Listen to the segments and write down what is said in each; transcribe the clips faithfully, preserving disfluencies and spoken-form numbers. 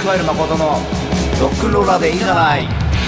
加える誠のロックンローラーでいいじゃない。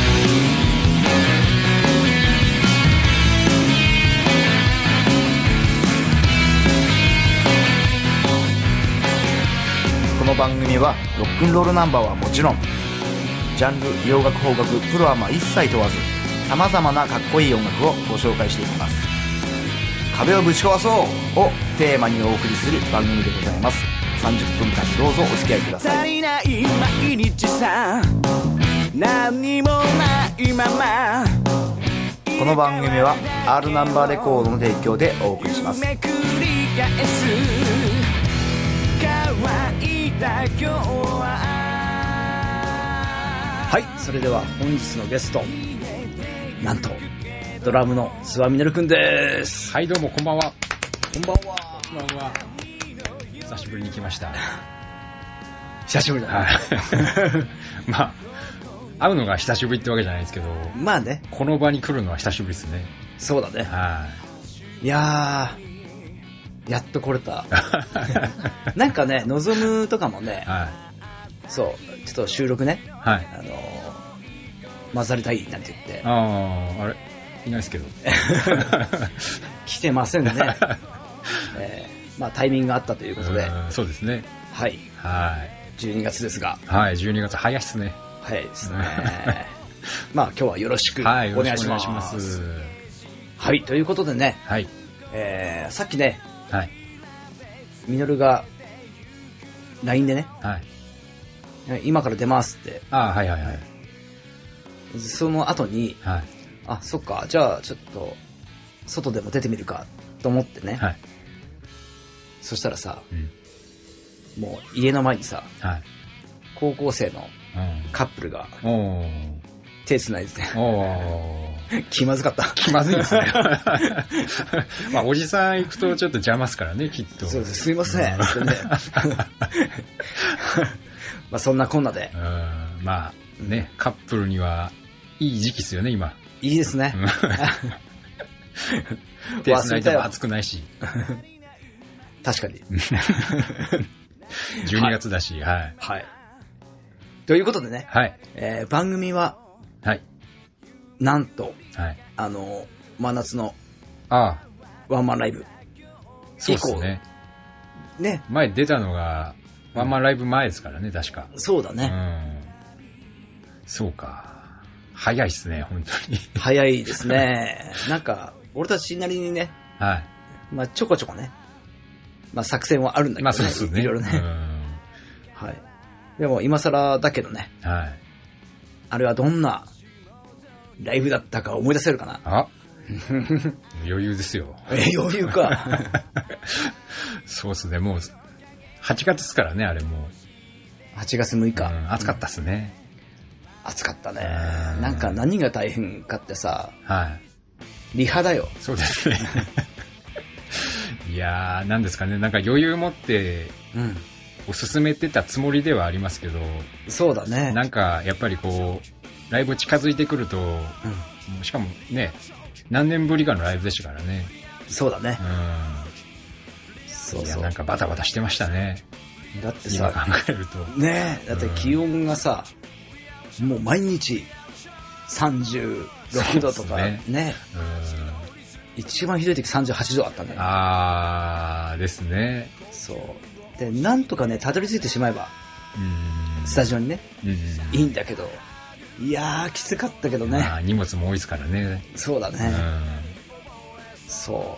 この番組はロックンロールナンバーはもちろん、ジャンル、洋楽、邦楽、プロアマ一切問わず、様々なかっこいい音楽をご紹介していきます。壁をぶち壊そうをテーマにお送りする番組でございます。さんじゅっぷんかんどうぞお付き合いください。足りない毎日さ、何もないまま。この番組は R ナンバーレコードの提供でお送りします。めくり返す乾いた今日は。はい、それでは本日のゲスト、なんとドラムの諏訪実くんです。 はい、どうもこんばんは。 こんばんは。 こんばんは。久しぶりに来ました。 久しぶりだね。 はい、まあ会うのが久しぶりってわけじゃないですけど、 まあね、 この場に来るのは久しぶりですね。 そうだね。 はい。 いやー、やっと来れた。なんかね、望むとかもね、 はい、 そうちょっと収録ね、 はい、 あのー、混ざりたいなんて言って、 ああ、あれいないですけど。 来てませんね。えー、まあタイミングがあったということで、 そうですね。 はい。 はい。 じゅうにがつですが、 はい、じゅうにがつ早いっすね。 早いですね。まあ今日はよろしくお願いします。はい、よろしくお願いします。はい、ということでね、 はい、 えー、さっきね、 はい、 ミノルが ライン でね、 はい、 今から出ますって。 ああ、はいはいはい。 その後に、 はい、 あ、そっか、じゃあちょっと外でも出てみるかと思ってね、 はい、 そしたらさ、 うん、 もう家の前にさ、 はい、 高校生のカップルが手つないでて、気まずかった。 気まずいですね。まあおじさん行くとちょっと邪魔すからね、きっと。 そうです、すいません。それでまあそんなこんなで、 うん、まあね、カップルにはいい時期ですよね今。 いいですね。 手つないでも暑くないし。 確かに。 じゅうにがつだし、はい。 はい。ということでね、 はい、 えー、番組は、 はい、 なんと、 はい、 あの真夏のああワンマンライブ以降、そうですね。 ね、 前出たのがワンマンライブ前ですからね、確か。 そうだね。 うん、そうか。早いっすね、本当に。 早いですね。なんか俺たちなりにね、 はい、 まあちょこちょこね、まあ作戦はあるんだけどね、 まあそうですね、 いろいろね。 うん、 はい。でも今更だけどね、 はい、 あれはどんなライブだったか思い出せるかな。 あ余裕ですよ。 え、余裕か。 そうですね、もうはちがつですからね、あれもう。 はちがつむいか。 うん、暑かったっすね。 暑かったね。なんか何が大変かってさ、 はい、 リハだよ。 そうですね。いやー、なんですかね、なんか余裕持って、うん、おすすめてたつもりではありますけど、 そうだね。 なんかやっぱりこうライブ近づいてくると、うん、しかもね、何年ぶりかのライブでしたからね。 そうだね。 うん、 そうそう。 いや、なんかバタバタしてましたね。 だってさ、 今考えるとねえ、だって気温がさ、うん、もう毎日さんじゅうろくどとかね。ね、うん、一番ひどい時さんじゅうはちどあったんだよ。 あーですね。 そう。で、なんとかね、たどり着いてしまえば、うん、スタジオにね、うん、いいんだけど、いやー、きつかったけどね。 まあ、荷物も多いですからね。 そうだね。うん、そう。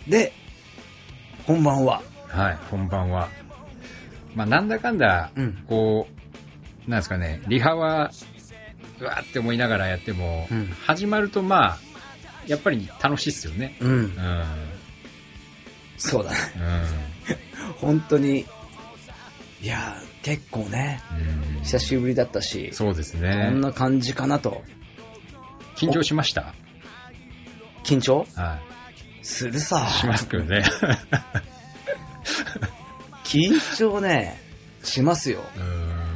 で、本番ははい、本番は。まあ、なんだかんだ、うん、こう、なんですかね、リハは、うわーって思いながらやっても、うん、始まるとまあ、やっぱり楽しいっすよね。うん。うん、 そうだね。うん、本当に、いやー、結構ね、うん、久しぶりだったし、 そうですね。 こんな感じかなと。 緊張しました？ 緊張？ はい。 するさ。 しますけどね。 緊張ね、しますよ。 うん、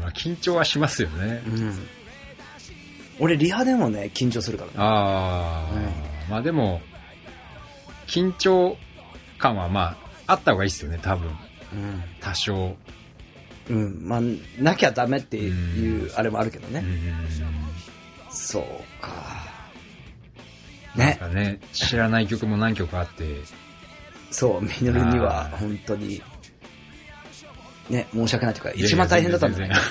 緊張はしますよね。うん。 俺リハでもね緊張するからね。 ああ、うん、まあでも緊張感はまああった方がいいですよね、多分。うん、多少。 うん、まあ、なきゃダメっていう、あれもあるけどね。そうか。 ね。なんかね、知らない曲も何曲あって。 そう、ミノルには本当に、ね、申し訳ないというか、一番大変だったんだね。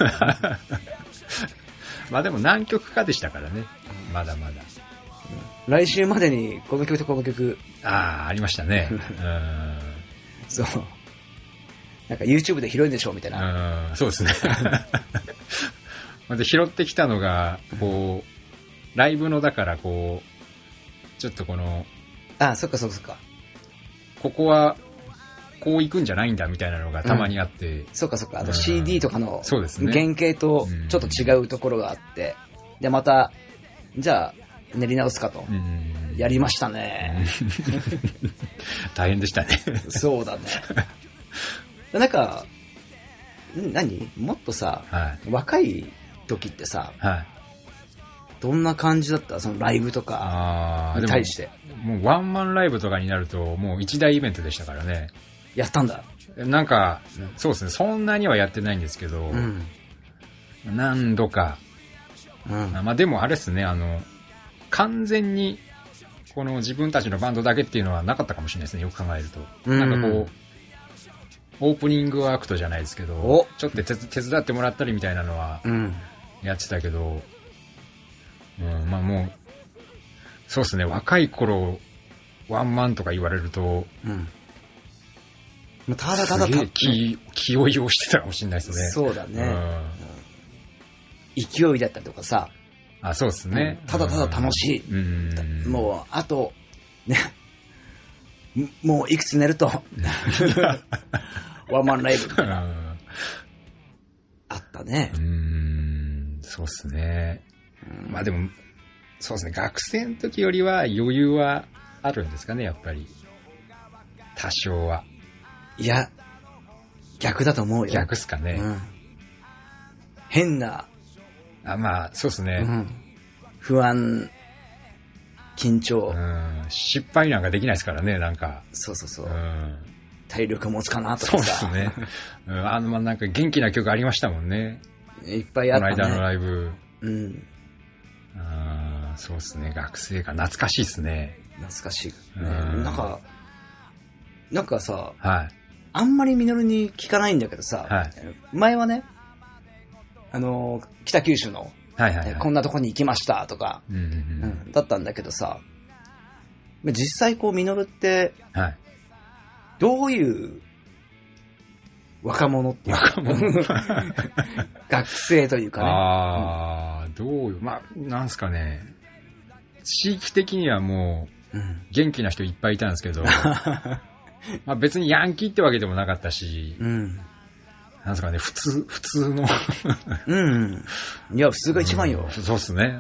まあでも何曲かでしたからね。まだまだ。 うん、来週までにこの曲とこの曲。 ああ、ありましたね。うんそう。なんか YouTube で拾いでしょみたいな。うん、そうですね。で拾ってきたのが、こう、ライブのだからこう、ちょっとこの、 ああ、そっかそっかそっか。 ここは、こう行くんじゃないんだみたいなのがたまにあって。 うん、そっかそっか。あと シーディー とかのそうですね。 原型とちょっと違うところがあって、で、また、じゃあ、練り直すかと。やりましたね。 大変でしたね。 そうだね。なんか、何もっとさ、はい、若い時ってさ、はい、どんな感じだったそのライブとかに対して。 もうワンマンライブとかになると、もう一大イベントでしたからね。 やったんだ。 なんか、うん、そうですね、そんなにはやってないんですけど、うん、何度か、うん、まあでもあれですね、あの、完全に、この自分たちのバンドだけっていうのはなかったかもしれないですね、よく考えると。うん、なんかこう、オープニングアクトじゃないですけど、ちょっと手伝ってもらったりみたいなのはやってたけど、うん、まあもう、そうですね、若い頃、ワンマンとか言われると、うん、ただただただ気、気を要してたかもしれないですね。 そうだね。うん、勢いだったりとかさ、 あ、そうですね、 うん。ただただ楽しい。うん、もう、あと、ね、もういくつ寝ると、ワンマンライブみたいな。あったね。 うーん、そうですね。まあでも、そうですね、学生の時よりは余裕はあるんですかね、やっぱり。多少は。 いや、逆だと思うよ。 逆っすかね。うん、 変な。 あ、まあ、そうですね、うん。 不安、緊張、 うん。失敗なんかできないですからね、なんか。 そうそうそう。うん、体力持つかなとかさ。そうですね。うん、あの、まあ、なんか元気な曲ありましたもんね。 いっぱいあったね。 この間のライブ。 うん。 あ、そうですね、学生か。懐かしいですね。 懐かしい。ね、うん、なんか、なんかさ、 はい。 あんまりミノルに聞かないんだけどさ、はい、前はね、あの、北九州の、はいはいはい、こんなとこに行きましたとか、うんうんうんうん、だったんだけどさ、実際こうミノルって、はい、どういう若者っていうか、 若者学生というかね。 ああ、うん、どういう、まあ、なんすかね、地域的にはもう、うん、元気な人いっぱいいたんですけど、まあ別にヤンキーってわけでもなかったし、うん、なんすかね、普通、普通のうん。いや、普通が一番よ。 うん、そうっすね。うん。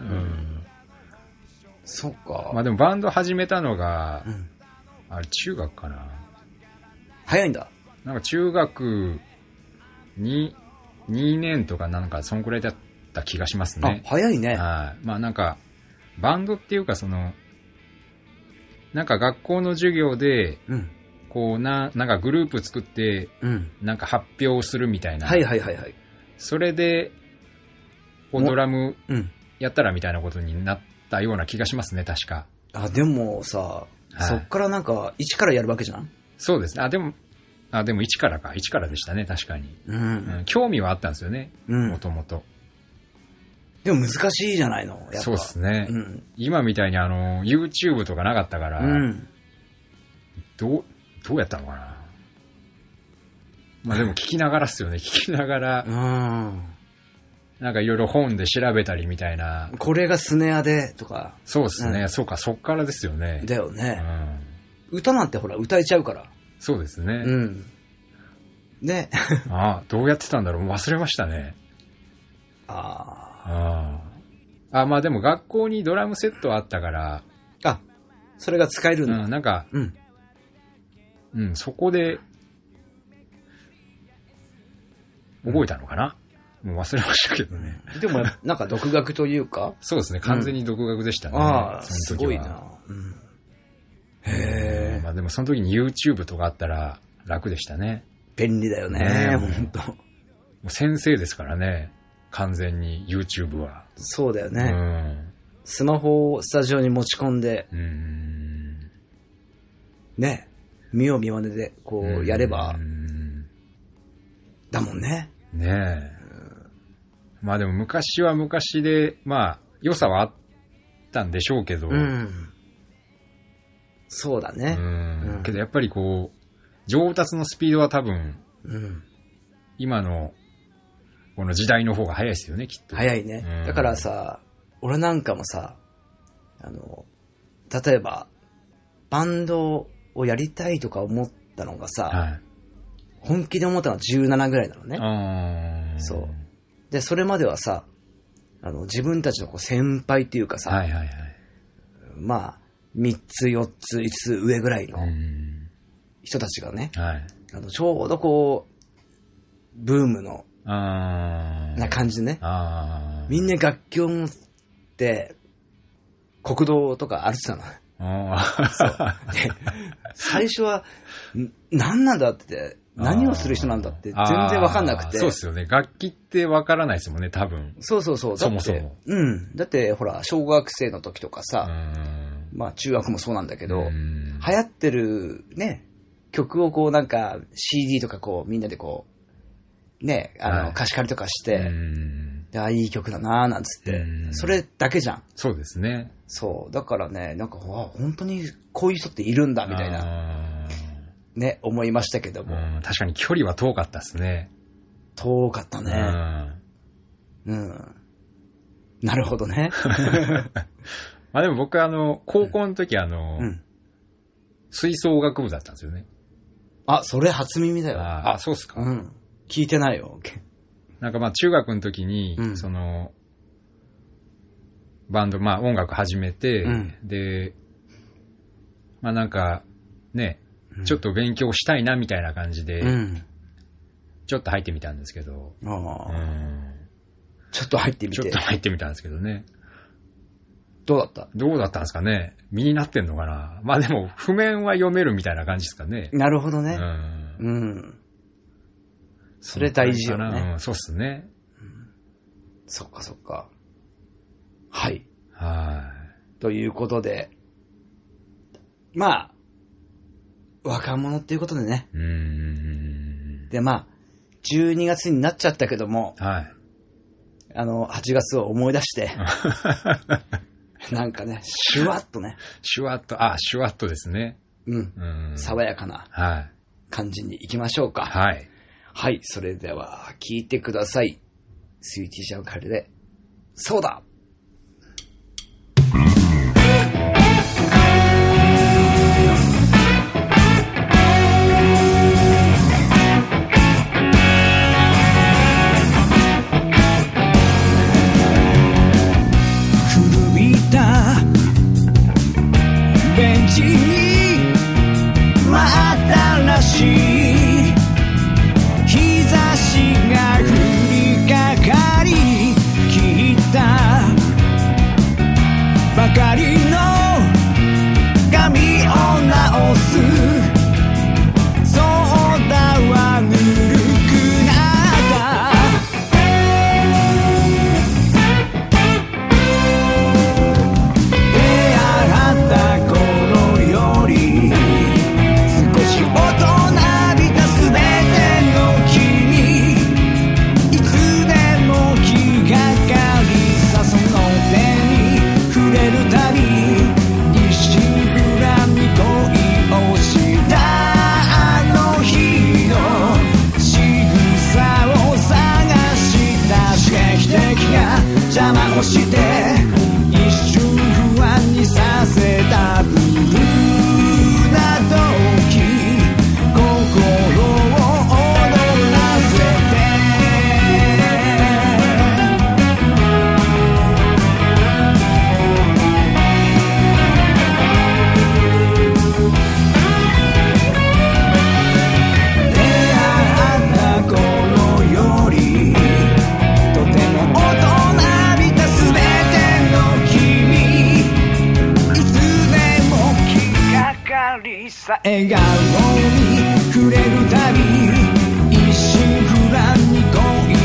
そっか。 まあでもバンド始めたのが、うん、あれ中学かな。 早いんだ。 なんか中学に、にねんとかなんかそんくらいだった気がしますね。 あ、早いね。 はい。まあなんか、バンドっていうかその、なんか学校の授業で、うん、こうな、なんかグループ作って、うん、なんか発表するみたいな。 はいはいはいはい。 それで、こうドラムやったらみたいなことになったような気がしますね、確か。 あ、でもさ、はい、そっからなんか一からやるわけじゃん？ そうですね。あ、でも、あ、でも一からか。一からでしたね、確かに。うん。うん、興味はあったんですよね、もともと。 でも難しいじゃないの、やっぱ。 そうですね、うん。今みたいにあの、YouTube とかなかったから、うん、どう、どうやったのかな。まあでも聞きながらっすよね、聞きながら。うん。なんかいろいろ本で調べたりみたいな。 これがスネアで、とか。 そうですね、うん、そうか、そっからですよね。 だよね。うん。歌なんてほら、歌えちゃうから。 そうですね。 うん。ね。 ああ、どうやってたんだろう、忘れましたね。 ああ。 ああ。あ、まあでも学校にドラムセットあったから。 あ、それが使えるんだ。 うん、なんか、うん。うん、そこで、覚えたのかな、うん、もう忘れましたけどね。 でも、なんか独学というかそうですね、完全に独学でしたね。 うん、ああ、その時はすごいな。うん、 へえ。まあでもその時に YouTube とかあったら楽でしたね。 便利だよね、ほんと。 もう先生ですからね。完全に YouTube は。 そうだよね。 うん、 スマホをスタジオに持ち込んで、 うーんね、見よう見まねでこうやれば、 うん、 だもんね。 ねえ。まあでも昔は昔で、まあ良さはあったんでしょうけど。 うん、そうだね。 うん、うん、けどやっぱりこう、上達のスピードは多分、 うん、 今のこの時代の方が早いですよね、きっと。 早いね。うん、だからさ、俺なんかもさ、あの、例えば、バンドをやりたいとか思ったのがさ、はい、本気で思ったのはじゅうななぐらいなのね。 あそう。で、それまではさ、あの、自分たちのこう先輩っていうかさ、 はいはいはい、 まあ、みっつよっついつつ上ぐらいの人たちがね、 はい、 あのちょうどこう、ブームの、 あな感じでね。 あみんな楽器を持って、国道とか歩いてたの。そうで最初は、何なんだって、何をする人なんだって全然わかんなくて。 そうですよね。楽器ってわからないですもんね、多分。 そうそうそう。 そもそも。 うん。だって、ほら、小学生の時とかさ、まあ中学もそうなんだけど、流行ってるね、曲をこうなんか シーディー とかこうみんなでこう、ね、あの、はい、貸し借りとかして、で、あ、いい曲だなーなんつって、それだけじゃん。 そうですね。 そう。だからね、なんか、わ、本当にこういう人っているんだ、みたいな、ね、思いましたけども。 確かに距離は遠かったですね。 遠かったね。うん。うん。なるほどね。 まあでも僕あの、高校の時あの、うん、吹奏楽部だったんですよね。 あ、それ初耳だよ。 あ、そうっすか。 うん。聞いてないよ。 なんかまあ中学の時に、うん、その、バンド、まあ音楽始めて、うん、で、まあなんか、ね、うん、ちょっと勉強したいなみたいな感じで、うん、ちょっと入ってみたんですけど、 あうん、ちょっと入ってみて。 ちょっと入ってみたんですけどね。 どうだった？ どうだったんですかね。身になってんのかな。まあでも、譜面は読めるみたいな感じですかね。 なるほどね。 うん。 うんそれ大事よね。 うん、そうっすね、 うん。そっかそっか。はい。 はい。 ということで、まあ、若者っていうことでね。 うーんで、まあ、じゅうにがつになっちゃったけども、 はい。 あの、はちがつを思い出して、なんかね、シュワッとね。 シュワッと、あ、シュワッとですね。 うん。うん爽やかな感じに行きましょうか。 はい。 はい、それでは聞いてください。スイーティージャンカルで、そうだ古びたベンチに真新しい日差しが降りかかりきったばかりの髪を直すそうだはぬるくなった出会った頃より少し大人びたすべての君いつでも気がかりさその手に触れるたび一心不乱に恋をしたあの日の仕草を探した刺激的が邪魔をして一瞬不安にさせたブルーな時心を踊らせて出会った頃よりとても大人びたすべての君いつでも気がかりさ笑顔に触れるたび一心不乱に恋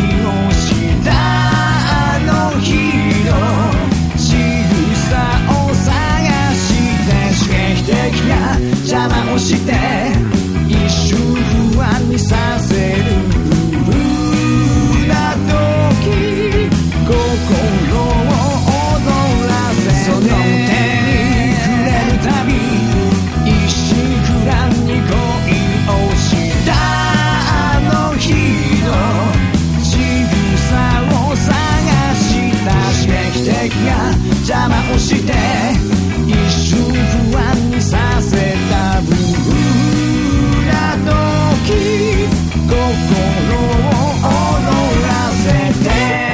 して一瞬不安にさせたブルーな時心を踊らせて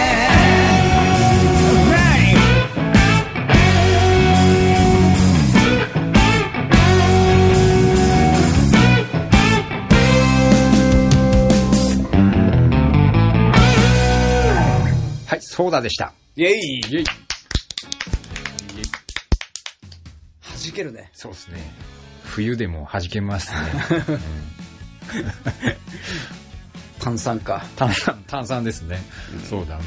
はい、ソーダでした。 イェイイェイ。 弾けるね。 そうですね。冬でも弾けますね。うん、 炭酸か。 炭酸、炭酸ですね。うん、そうだ。うん、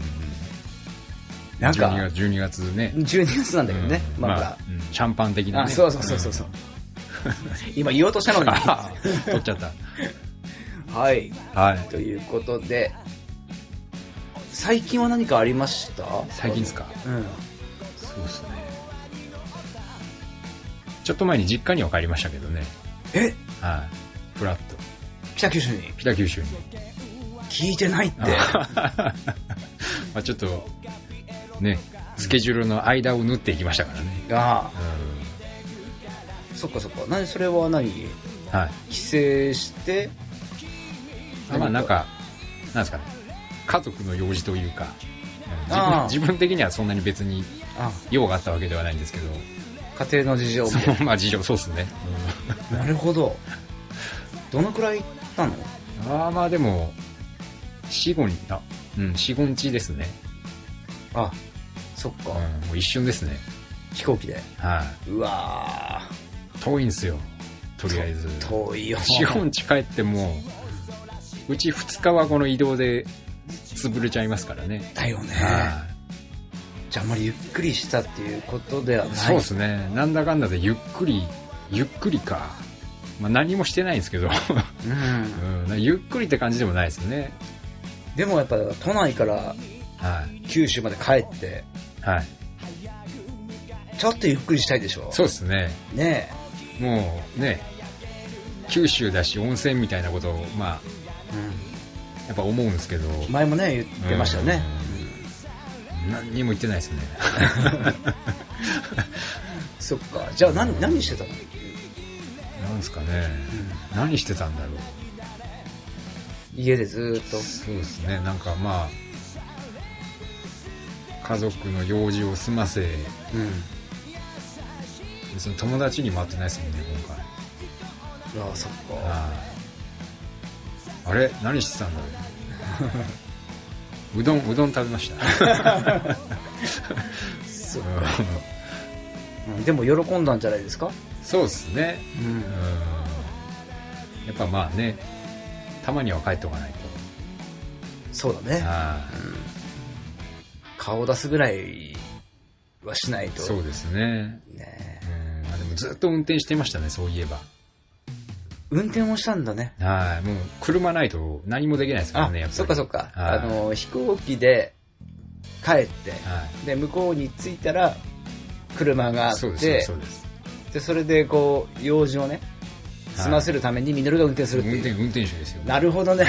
なんかじゅうにがつね。 じゅうにがつなんだけどね。 うん、 まだ、 まあうん、シャンパン的なね。 あ、そうそうそうそうそう。今言おうとしたのに。 取っちゃった。 はい。 はい。 ということで、最近は何かありました？ 最近ですか？ うん。 そうですね。ちょっと前に実家には帰りましたけどね。 え？ はい。フラッと。 北九州に？ 北九州に。 聞いてないって。 まあちょっと、ね、スケジュールの間を縫っていきましたからね。 ああ。うん、そっかそっか。何それは何？はい。帰省して、 まあなんか、なんですかね。家族の用事というか、自分、自分的にはそんなに別に用があったわけではないんですけど、 家庭の事情も。 まあ事情、そうですね。 うん、なるほど。どのくらい行ったの？ ああ、まあでも、四五日、あ、うん、四五日ですね。 あ、そっか。うん、 もう一瞬ですね。 飛行機で。 はい、 うわー。遠いんですよ。とりあえず。 遠いよ。 四五日帰っても、うち二日はこの移動で潰れちゃいますからね。 だよね。じゃああんまりゆっくりしたっていうことではない。 そうですね。なんだかんだでゆっくり、ゆっくりか。まあ何もしてないんですけど、うんうん、ゆっくりって感じでもないですね。 でもやっぱ都内から九州まで帰って、はい、ちょっとゆっくりしたいでしょ。 そうですね。 ねえ。もうね、九州だし温泉みたいなことをまあ、うん、やっぱ思うんですけど。 前もね言ってましたよね。 うん、何にも言ってないですね。 そっか。じゃあ何何してたの？ なんですかね、うん、何してたんだろう。 家でずーっと。 そうですね。なんかまあ家族の用事を済ませ、うん、別に友達にも会ってないですもんね今回。 ああそっか。 ああ、あれ何してたんだろう。うどんうどん食べました。 そうか。うん、でも喜んだんじゃないですか。 そうですね、うん、うん、やっぱまあね、たまには帰っておかないと。 そうだね、あ、うん、顔を出すぐらいはしないと。 そうですね、ね、うん、でもずっと運転してましたね。そういえば運転をしたんだね。 はい、もう車ないと何もできないですからね。やっぱりそっかそっか。あの飛行機で帰って、はい、で向こうに着いたら車があって、そうですそうです。でそれでこう用事をね済ませるためにミノルが運転するっていう。 運転運転手ですよ。 なるほどね。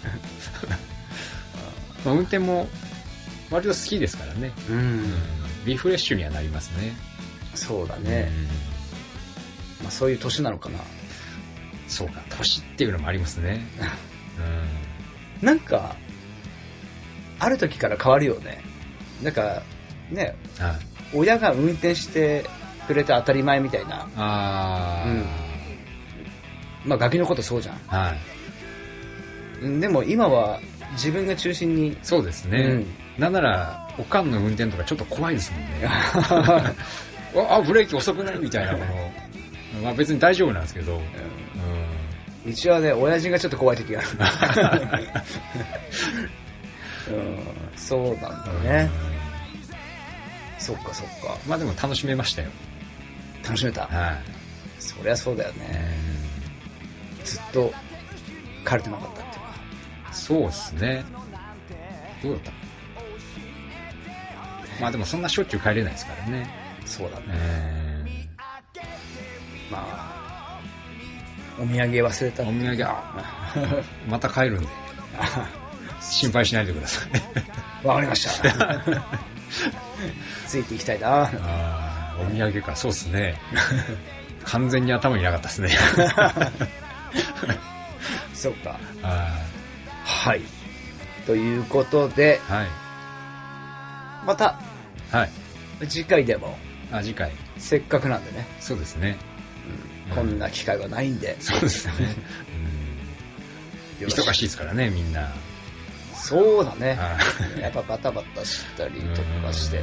まあ、運転も割と好きですからね、うんうん、リフレッシュにはなりますね。 そうだね、うん、まあ、そういう年なのかな。 そうか、年っていうのもありますね。 うん、なんかある時から変わるよね。なんかね、はい、親が運転してくれて当たり前みたいな。あ、うん、まあガキのことそうじゃん、はい、でも今は自分が中心に。 そうですね、うん、なんならおかんの運転とかちょっと怖いですもんね。あ、ブレーキ遅くないみたいなもの。まあ別に大丈夫なんですけど、うんうん、うちはね親父がちょっと怖い時がある。うん、そうなんだね、うん、そっかそっか。 まあでも楽しめましたよ。 楽しめた、はい、そりゃそうだよね、うん、ずっと帰れてなかったっていうか。 そうですね。どうだった？まあでもそんなしょっちゅう帰れないですからね。 そうだね、えー、まあお土産忘れた。 お土産、あまた帰るんで心配しないでください。 わかりました。 ついていきたいな。 あお土産か、そうっすね。完全に頭になかったですね。 そうか。 あはい。ということで、 はい。 また、 はい。 次回でも、 あ、次回。 せっかくなんでね。 そうですね。 うん、こんな機会はないんで。 そうですね。うん、忙しいですからね、みんな。 そうだね。やっぱバタバタしたりとかして。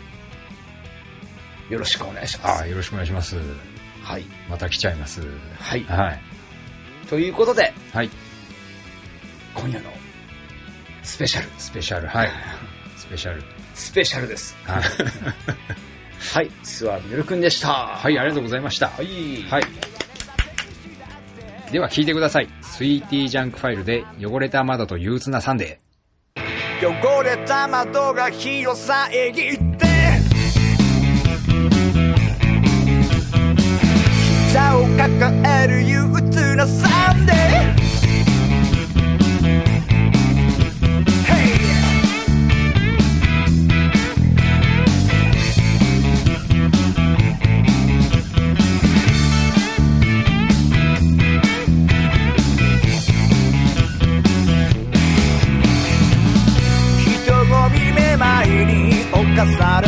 よろしくお願いします。 あ、よろしくお願いします。 はい。 また来ちゃいます。 はい。 はい。 ということで、 はい。 今夜のスペシャル。 スペシャル、はい。スペシャル。 スペシャルです。はい。はい。諏訪みのるくんでした。 はい、ありがとうございました。 はい。 はい。では聞いてください。スイーティージャンクファイルで汚れた窓と憂鬱なサンデー。汚れた窓が日を遮って膝を抱える憂鬱なサンデー。人混みめまいに侵され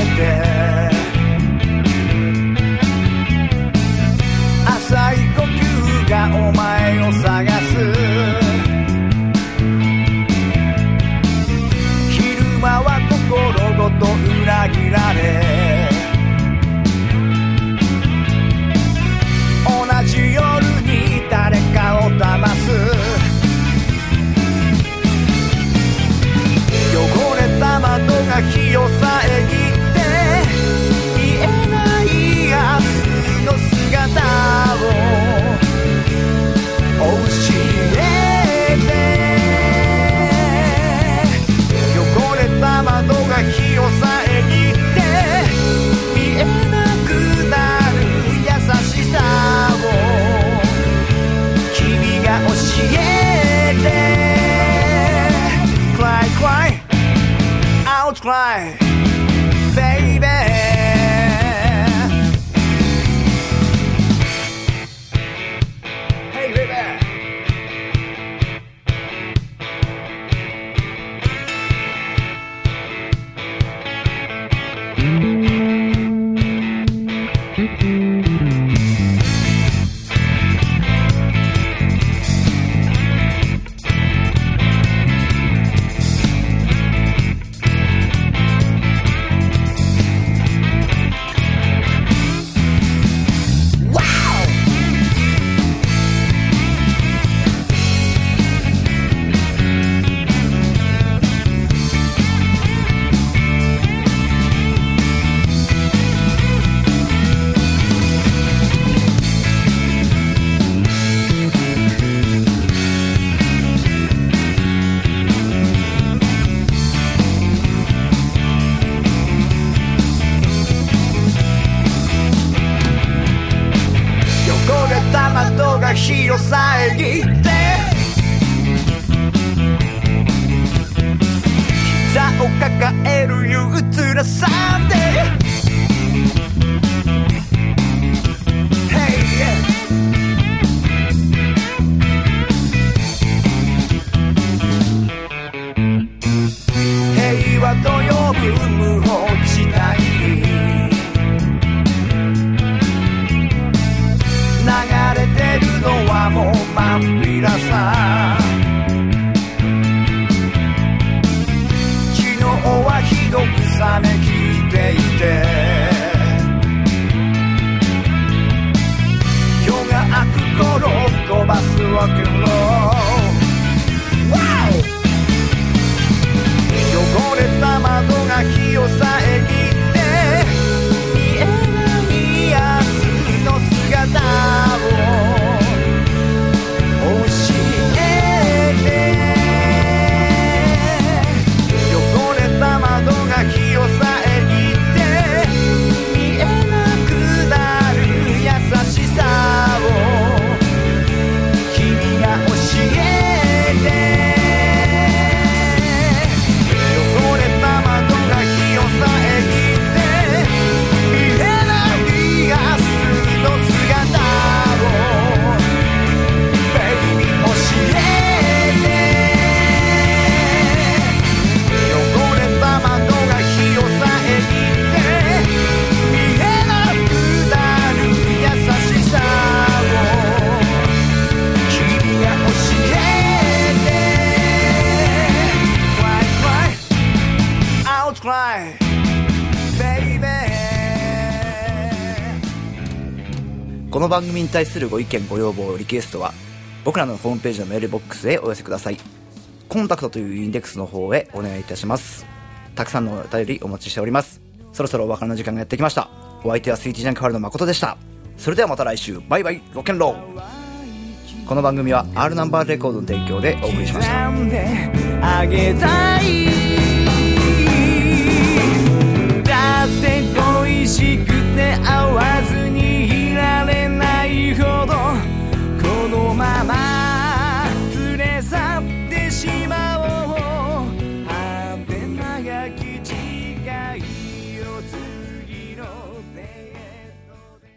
この番組に対するご意見ご要望リクエストは僕らのホームページのメールボックスへお寄せください。コンタクトというインデックスの方へお願いいたします。たくさんのお便りお待ちしております。そろそろお別れの時間がやってきました。お相手はスイーティージャンクワールド誠でした。それではまた来週、バイバイロッケンロール。この番組は R ナンバーレコードの提供でお送りしました。 あげたい